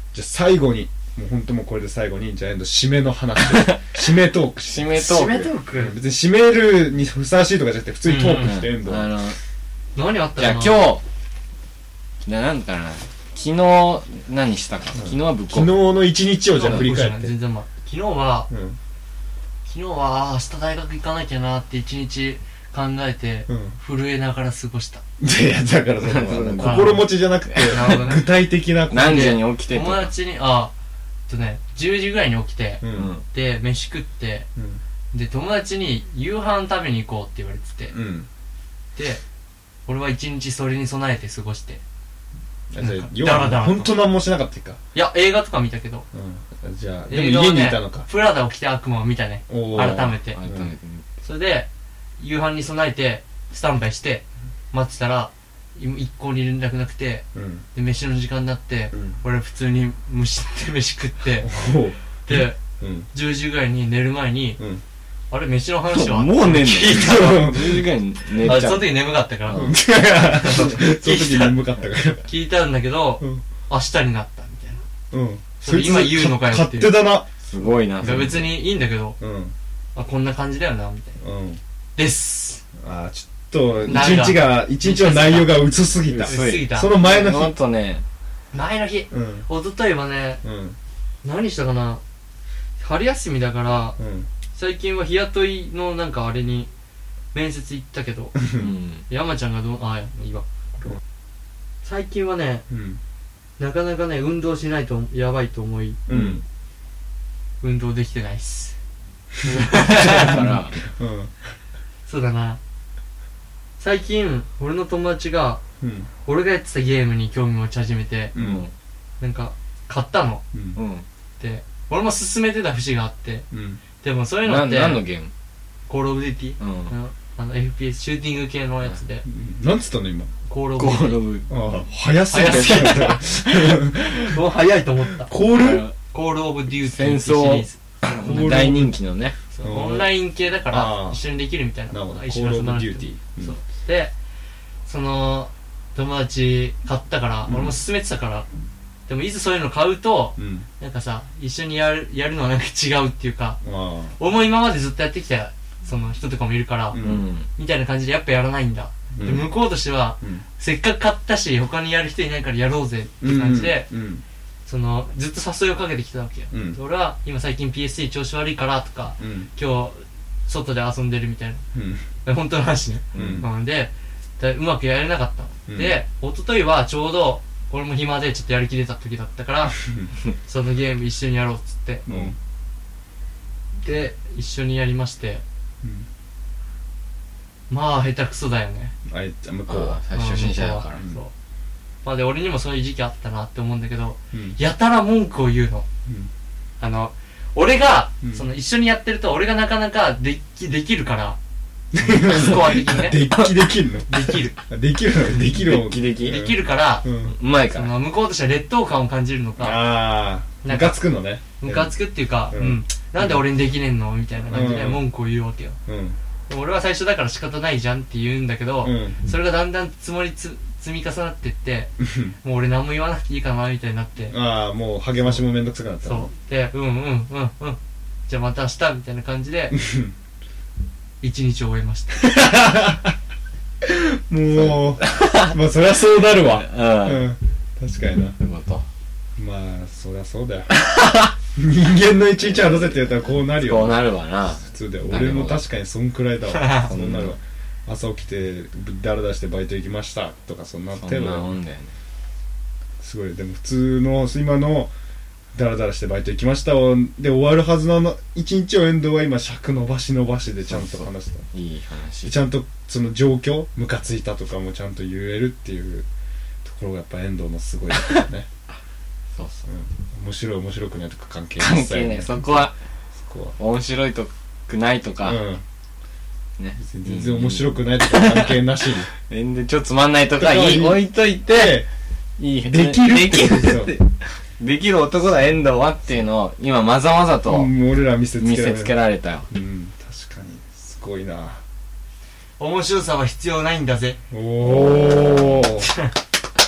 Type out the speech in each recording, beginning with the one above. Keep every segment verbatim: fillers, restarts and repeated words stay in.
じゃあ最後にもう本当もうこれで最後にじゃあエンド締めの話締めトーク締めトーク締めトーク別に締めるにふさわしいとかじゃなくて普通にトークしてエンド、 あの何あったじゃあかな。 今日じゃあなんかな昨日何したか、昨日はぶっこ昨日の一日をじゃあ振り返って全然まあ昨日はうん昨日は明日大学行かなきゃなって一日考えて、 うん震えながら過ごした。 いやだからそのうん心持ちじゃなくてなるほどね具体的な何時に起きてとか友達にあえっとねじゅうじぐらいに起きて、 ううんんで飯食ってうんで友達に夕飯食べに行こうって言われてて、 うんで俺は一日それに備えて過ごして、 あじゃあなんか要ダラダラとは本当何もしなかったかいや映画とか見たけど、 うんじゃあでも家映画はねにいたのかプラダを着て悪魔を見たね。 おー改めて改めてそれで夕飯に備えてスタンバイして待ってたらい一向に連絡なくて、 うんで飯の時間になって、 うん俺は普通にむしって飯食っておうでうんじゅうじぐらいに寝る前に、 うんあれ飯の話はもう寝んの聞いたじゅうじぐらいに寝ちゃあその時眠かったから、 うんその時眠かったから聞いたんだけど、 うん明日になったみたいな。 うんそれ今言うのかよっていう勝手だなすごいないや別にいいんだけど、 うんあこんな感じだよなみたいなうんですあーちょっと一なんか日が一日の内容が薄すぎた薄すぎた。 その前のほん日とね前の日うん一昨日はねうん何したかな、春休みだからうん最近は日雇いのなんかあれに面接行ったけどうん山ちゃんがどうあいいわ最近はねうんなかなかね運動しないとやばいと思いうん運動できてないっす。 だからうんそうだな、最近俺の友達がうん俺がやってたゲームに興味持ち始めて、 ううんんなんか買ったのうんうんで俺も勧めてた節があって、 うんでもそういうのなって何のゲームコールオブデューティー、 うんあの エフピーエス シューティング系のやつで、 なんつったの今コールオブゴデューティールブああ早すぎて早すぎーもう早いと思ったコールコールオブデューティー戦シリ争ーズール大人気のねそううんオンライン系だかあーら一緒にできるみたいななるほどコ一緒ールオブに遊ばなくてもデューティーそうでその友達買ったから、 うん俺も勧めてたから、でもいつそういうの買うとうんなんかさ一緒にやるやるのはなんか違うっていうか、 あ俺も今までずっとやってきたその人とかもいるから、 ううんんみたいな感じでやっぱやらないんだ、 うんで向こうとしてはうんせっかく買ったし他にやる人いないからやろうぜって感じで、 うんそのずっと誘いをかけてきたわけよ、 うんで俺は今最近 ピーエスシー 調子悪いからとかうん今日外で遊んでるみたいうんな本当の話ね、 うんなんでだうまくやれなかったの、 うんで一昨日はちょうど俺も暇でちょっとやる気出た時だったからそのゲーム一緒にやろうっつってうんで一緒にやりましてうんまあ下手くそだよねあいつ向こうはあ最初心者だからうんそうまあで俺にもそういう時期あったなって思うんだけどうんやたら文句を言うのうんあの俺が、 うんその一緒にやってると俺がなかなかできできるからスコア的にねデッキできるのできるできるのできるのデッキデッキできるから、 うんうまいからその向こうとしては劣等感を感じるのかああムなんかカつくのねムカつくっていうか、 ううんんなんで俺にできねえのみたいな感じでうん文句を言うわけよ、 うんでも俺は最初だから仕方ないじゃんって言うんだけど、 うんそれがだんだん積もりつ積み重なってってもう俺何も言わなくていいかなみたいになってああもう励ましもめんどくさくなったそうでうんうんうんうんじゃあまた明日みたいな感じで一日を終えましたもうまあそりゃそうなるわうんうん確かになそういうことまあそりゃそうだよ人間の一日はどうせって言ったらこうなるよこうなるわな普通で俺も確かにそんくらいだわそうなるわ朝起きてダラダラしてバイト行きましたとかそんなそんな程度もんだよねすごいでも普通の今のダラダラしてバイト行きましたをで終わるはずの一日をエンドは今尺伸ばし伸ばしでちゃんと話したいい話ちゃんとその状況ムカついたとかもちゃんと言えるっていうところがやっぱ遠藤のすごいところね、 そうそううん、面白い面白くないとか関係関係ないそこはそこ面白いとくないとかはうんね全然面白くないとか関係なしに全然ちょっとつまんないとかとかいいいい置いといてでいいできるってできるってできる男だ遠藤はっていうのを今まざまざとうん俺ら見せつけられる見せつけられたようん確かにすごいな面白さは必要ないんだぜおお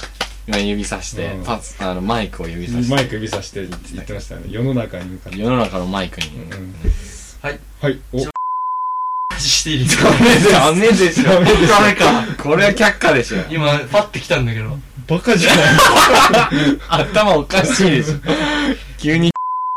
今指さして、 うんパスあのマイクを指さしてマイク指さして言ってましたね。世の中に向かって。 世の中のマイクに、 うんはいはい。お、 話していいですか？ ダメでしょ。 ダメか。 これは却下でしょ。 今パッて来たんだけど、 バカじゃない頭おかしいでしょ。急に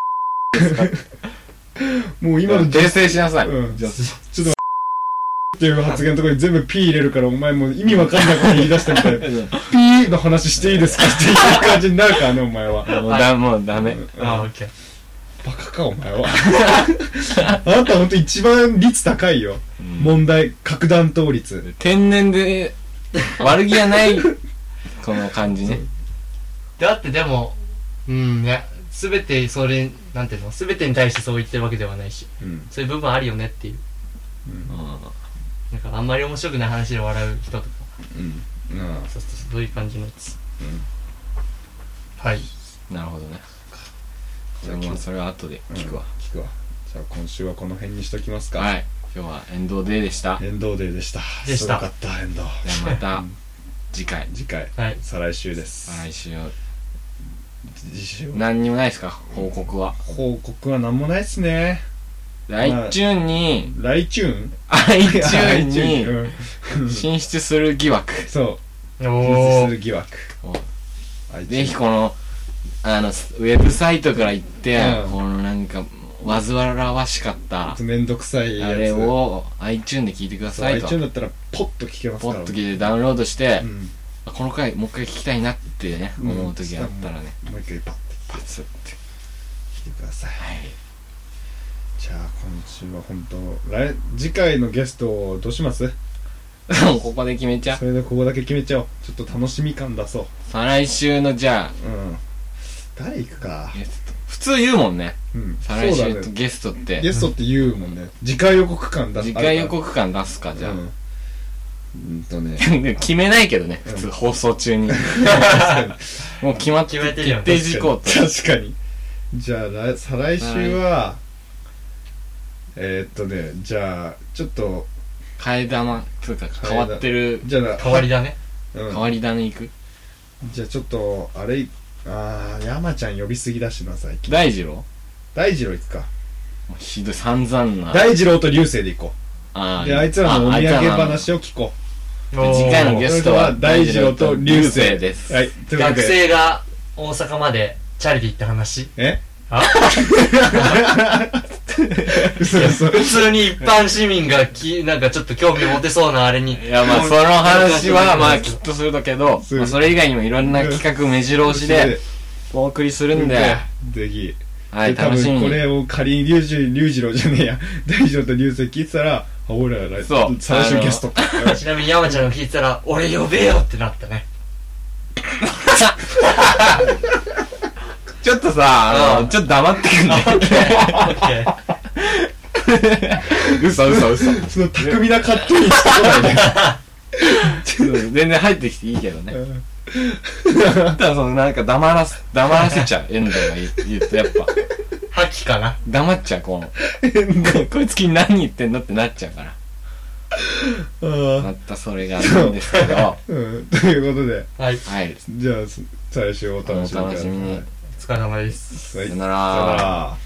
もう今の訂正しなさい。 うんじゃあちょっとっていう発言のところに全部 P 入れるから、お前もう意味わかんないこと言い出したみたいな。P の話していいですかっていう感じになるからね、お前は。 もうだもうダメ。 あーオッケー。 バカか、お前は。あなたほんと一番率高いよ。 うん問題、核弾頭率。 天然で悪気がないこの感じね。 だってでも、うんね、すべてそれ、なんていうの、すべてに対してそう言ってるわけではないし、 うん。 そういう部分あるよねっていう。なんかあんまり面白くない話で笑う人とか、 うん。うん。 そうそうそう、そういう感じのやつ。 うんはい。 なるほどね。じゃあまあそれは後で聞くわ。 聞くわ。じゃあ今週はこの辺にしときますか。 はい。今日はエンドデーでした。 エンドデーでした。 でしたすごかった、エンド。 じゃあまた次回。 次回、 はい。 再来週です。 来週は次週は何にもないですか報告は。 報告は何もないっすね。 来週に、 来チューン来週にうん進出する疑惑。 そう。 お進出すー。 る疑惑。 ぜひこの、あの、ウェブサイトから行って、 うんこのなんか、煩わしかった、 めんどくさいやつ。 あれを iTunes で聞いてくだそう、 さいと。 iTunes だったらポッと聞けますポから。 ッと聞いてダウンロードして、 うん。 あこの回もう一回聞きたいなってね、 うん思う時があったらね、 もう一回パッてパツって。 聞いてください。 はい。 じゃあ今週は本当来次回のゲストをどうします？ もうここで決めちゃう。 それでここだけ決めちゃおう。ちょっと楽しみ感出そう。 再来週のじゃあ、 うん。誰行くか。 ゲスト。普通言うもんね。 うん。 再来そうだね。 週とゲストって。 ゲストって言うもんね。次回予告感出す。 次回予告感出すか、じゃあ。 うん。うんとね。 でも決めないけどね、 うん普通放送中に。もう決まって決めてるよね決定事項と。 確かに。じゃあ来再来週は、えー、っとね、じゃあちょっと替え玉というか変わってるじゃあ変わりだね。 うん変わり種行く。 じゃあちょっとあれあー山ちゃん呼びすぎだしな最近。 大二郎大二郎行くか。 もうひどい散々な。 大二郎と流星で行こあう。であいつらのお土産話を。 を聞こう。 次回のゲストは大二郎と流星です。 はい。というわけ学で。 生が大阪までチャリで行った話。 え？ あ嘘嘘。 普通に一般市民がき、なんかちょっと興味持てそうなあれに。 いやまあその話はまあきっとするだけど、 するまあそれ以外にもいろんな企画目白押しでお送りするんで、 ぜひ。 はいで多楽しみに。 分これを仮に龍二龍二郎じゃねえや大二郎と流星聞いてたらあ俺ら来そう最初ゲストちなみに山ちゃんが聞いてたら、俺呼べよってなったね。 ちょっとさ、あの、ちょっと黙ってくんね。 オッケー。 嘘嘘嘘。 その巧みなカットインしてこないで全然入ってきていいけどね。 うんただそのなんか黙らせ、黙らせちゃう。遠藤が言う言うとやっぱ、 覇気かな。 黙っちゃう、この。こいつ君何言ってんのってなっちゃうから。 あまたそれがあるんですけど。 ーうんということではい。 はい。 じゃあ最初お楽しみくださいお楽しみに。 お疲れ様です。 はいさよならさよなら